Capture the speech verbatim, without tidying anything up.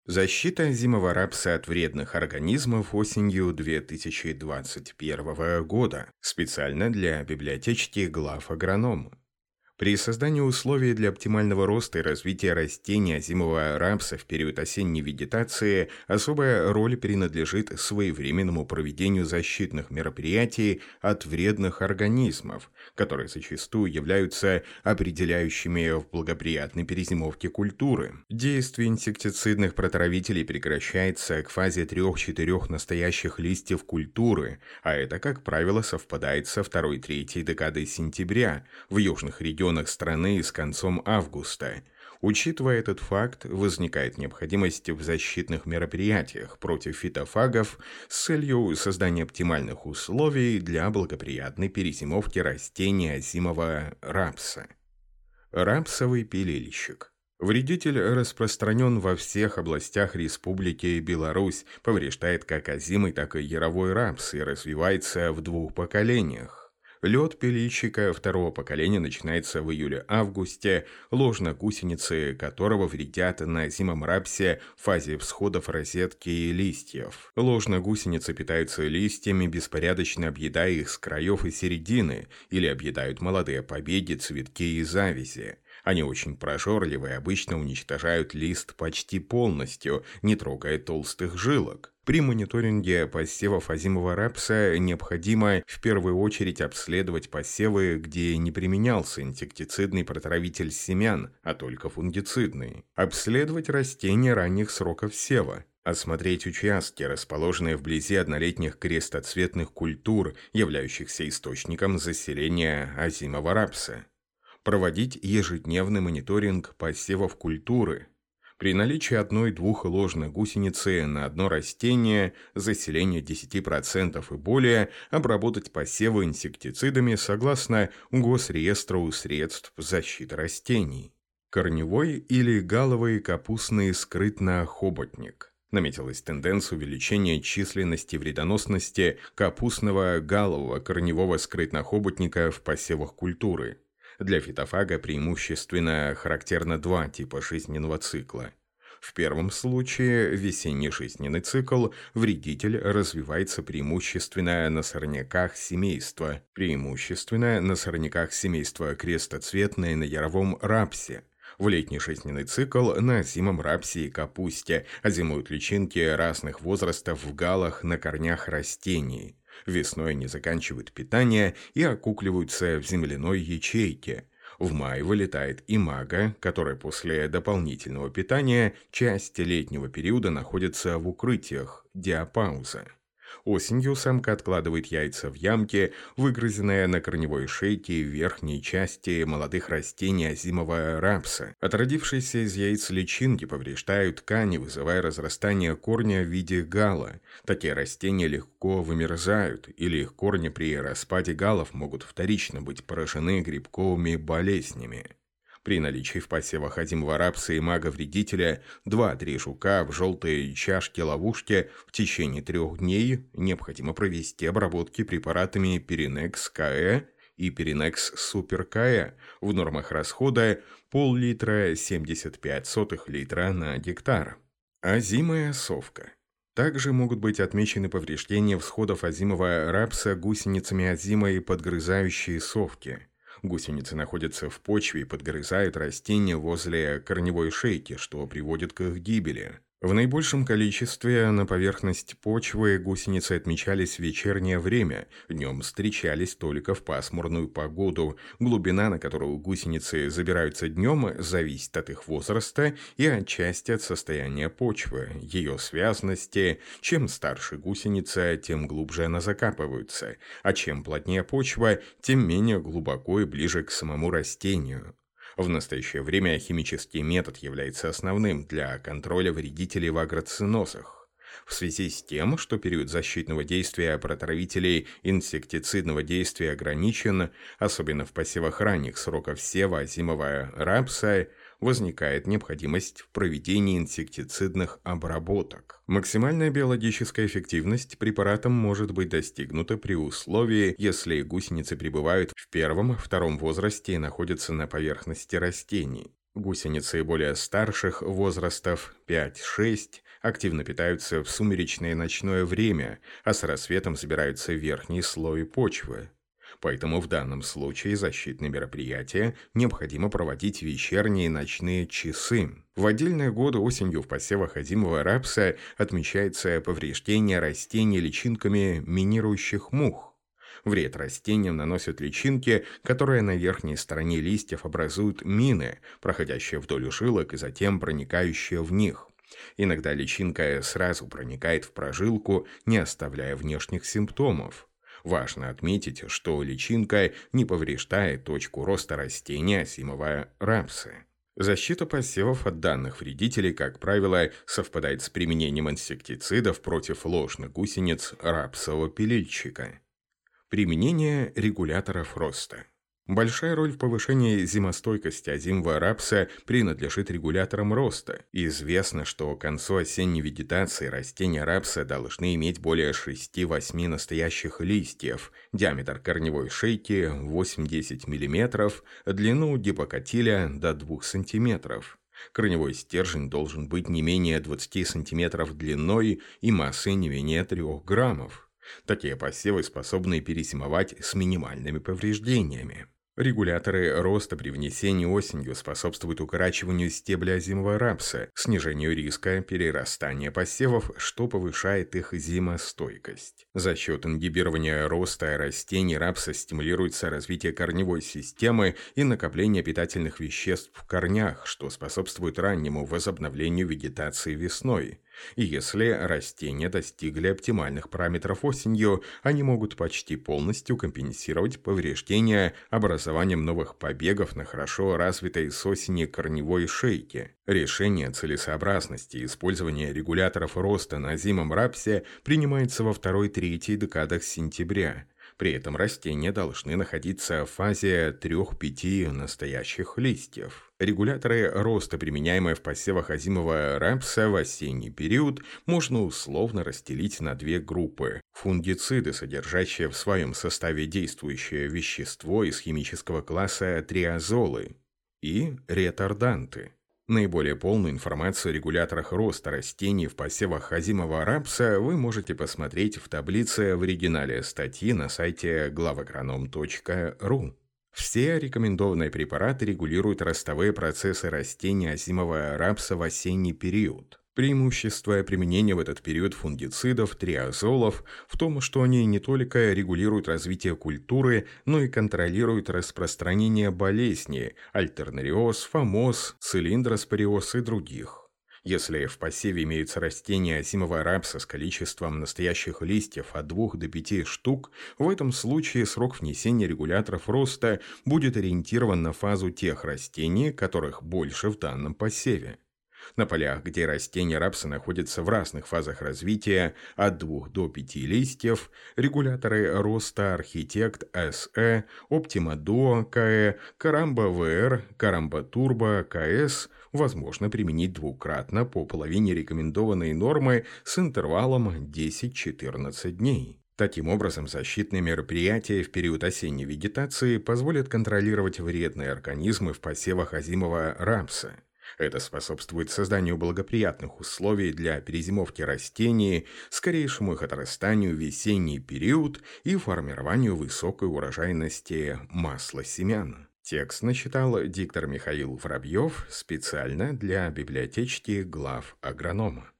Защита озимого рапса от вредных организмов осенью две тысячи двадцать первого года. Специально для библиотечки глав агронома. При создании условий для оптимального роста и развития растений озимого рапса в период осенней вегетации особая роль принадлежит своевременному проведению защитных мероприятий от вредных организмов, которые зачастую являются определяющими в благоприятной перезимовке культуры. Действие инсектицидных протравителей прекращается к фазе трех-четырех настоящих листьев культуры, а это, как правило, совпадает со второй-третьей декадой сентября в южных регионах страны с концом августа. Учитывая этот факт, возникает необходимость в защитных мероприятиях против фитофагов с целью создания оптимальных условий для благоприятной перезимовки растений озимого рапса. Рапсовый пилильщик. Вредитель распространен во всех областях Республики Беларусь, повреждает как озимый, так и яровой рапс и развивается в двух поколениях. Лед пилильщика второго поколения начинается в июле-августе, ложногусеницы которого вредят на озимом рапсе в фазе всходов розетки и листьев. Ложногусеницы питаются листьями, беспорядочно объедая их с краев и середины, или объедают молодые побеги, цветки и завязи. Они очень прожорливые, обычно уничтожают лист почти полностью, не трогая толстых жилок. При мониторинге посевов озимого рапса необходимо в первую очередь обследовать посевы, где не применялся инсектицидный протравитель семян, а только фунгицидный. Обследовать растения ранних сроков сева. Осмотреть участки, расположенные вблизи однолетних крестоцветных культур, являющихся источником заселения озимого рапса. Проводить ежедневный мониторинг посевов культуры. При наличии одной-двух ложных гусеницы на одно растение, заселение десять процентов и более, обработать посевы инсектицидами согласно Госреестру средств защиты растений. Корневой или галовый капустный скрытно-хоботник. Наметилась тенденция увеличения численности вредоносности капустного галового корневого скрытно-хоботника в посевах культуры. Для фитофага преимущественно характерно два типа жизненного цикла. В первом случае, весенний жизненный цикл, вредитель развивается преимущественно на сорняках семейства, преимущественно на сорняках семейства крестоцветной на яровом рапсе. В летний жизненный цикл на озимом рапсе и капусте, а зимуют личинки разных возрастов в галах на корнях растений. Весной они заканчивают питание и окукливаются в земляной ячейке. В мае вылетает имага, которая после дополнительного питания часть летнего периода находится в укрытиях, диапауза. Осенью самка откладывает яйца в ямке, выгрызенные на корневой шейке и верхней части молодых растений озимого рапса. Отродившиеся из яиц личинки повреждают ткани, вызывая разрастание корня в виде гала. Такие растения легко вымерзают, или их корни при распаде галов могут вторично быть поражены грибковыми болезнями. При наличии в посевах озимого рапса и мага-вредителя два-три жука в желтой чашке-ловушке в течение трех дней необходимо провести обработки препаратами Перинекс-КЭ и Перинекс-Супер-КЭ в нормах расхода пол-литра семьдесят пять сотых литра на гектар. Озимая совка. Также могут быть отмечены повреждения всходов озимого рапса гусеницами озимой подгрызающей совки. Гусеницы находятся в почве и подгрызают растения возле корневой шейки, что приводит к их гибели. В наибольшем количестве на поверхность почвы гусеницы отмечались в вечернее время, днем встречались только в пасмурную погоду. Глубина, на которую гусеницы забираются днем, зависит от их возраста и отчасти от состояния почвы, ее связности. Чем старше гусеница, тем глубже она закапывается, а чем плотнее почва, тем менее глубоко и ближе к самому растению. В настоящее время химический метод является основным для контроля вредителей в агроцинозах. В связи с тем, что период защитного действия протравителей инсектицидного действия ограничен, особенно в посевах ранних сроков сева озимого рапса, возникает необходимость в проведении инсектицидных обработок. Максимальная биологическая эффективность препаратом может быть достигнута при условии, если гусеницы пребывают в первом-втором возрасте и находятся на поверхности растений. Гусеницы более старших возрастов пять-шесть активно питаются в сумеречное ночное время, а с рассветом забираются в верхний слой почвы. Поэтому в данном случае защитные мероприятия необходимо проводить в вечерние и ночные часы. В отдельные годы осенью в посевах озимого рапса отмечается повреждение растений личинками минирующих мух. Вред растениям наносят личинки, которые на верхней стороне листьев образуют мины, проходящие вдоль жилок и затем проникающие в них. Иногда личинка сразу проникает в прожилку, не оставляя внешних симптомов. Важно отметить, что личинка не повреждает точку роста растения озимого рапса. Защита посевов от данных вредителей, как правило, совпадает с применением инсектицидов против ложных гусениц рапсового пилильщика. Применение регуляторов роста. Большая роль в повышении зимостойкости озимого рапса принадлежит регуляторам роста. Известно, что к концу осенней вегетации растения рапса должны иметь более шести-восьми настоящих листьев, диаметр корневой шейки восемь-десять миллиметров, длину гипокотиля до двух сантиметров. Корневой стержень должен быть не менее двадцати сантиметров длиной и массой не менее трёх граммов. Такие посевы способны перезимовать с минимальными повреждениями. Регуляторы роста при внесении осенью способствуют укорачиванию стебля озимого рапса, снижению риска перерастания посевов, что повышает их зимостойкость. За счет ингибирования роста растений рапса стимулируется развитие корневой системы и накопление питательных веществ в корнях, что способствует раннему возобновлению вегетации весной. И если растения достигли оптимальных параметров осенью, они могут почти полностью компенсировать повреждения образованием новых побегов на хорошо развитой с осени корневой шейке. Решение целесообразности использования регуляторов роста на озимом рапсе принимается во второй-третьей декадах сентября. При этом растения должны находиться в фазе трёх-пяти настоящих листьев. Регуляторы роста, применяемые в посевах озимого рапса в осенний период, можно условно разделить на две группы. Фунгициды, содержащие в своем составе действующее вещество из химического класса триазолы, и ретарданты. Наиболее полную информацию о регуляторах роста растений в посевах озимого рапса вы можете посмотреть в таблице в оригинале статьи на сайте главагроном точка ру. Все рекомендованные препараты регулируют ростовые процессы растений озимого рапса в осенний период. Преимущество применения в этот период фунгицидов, триазолов в том, что они не только регулируют развитие культуры, но и контролируют распространение болезней – альтернариоз, фомоз, цилиндроспориоз и других. Если в посеве имеются растения озимого рапса с количеством настоящих листьев от двух до пяти штук, в этом случае срок внесения регуляторов роста будет ориентирован на фазу тех растений, которых больше в данном посеве. На полях, где растения рапса находятся в разных фазах развития от двух до пяти листьев, регуляторы роста Архитект эс и, Optima Duo ка и, Caramba ви ар, Caramba Turbo ка эс возможно применить двукратно по половине рекомендованной нормы с интервалом десять-четырнадцать дней. Таким образом, защитные мероприятия в период осенней вегетации позволят контролировать вредные организмы в посевах озимого рапса. Это способствует созданию благоприятных условий для перезимовки растений, скорейшему их отрастанию в весенний период и формированию высокой урожайности масла семян. Текст начитал диктор Михаил Воробьев специально для библиотечки глав агронома.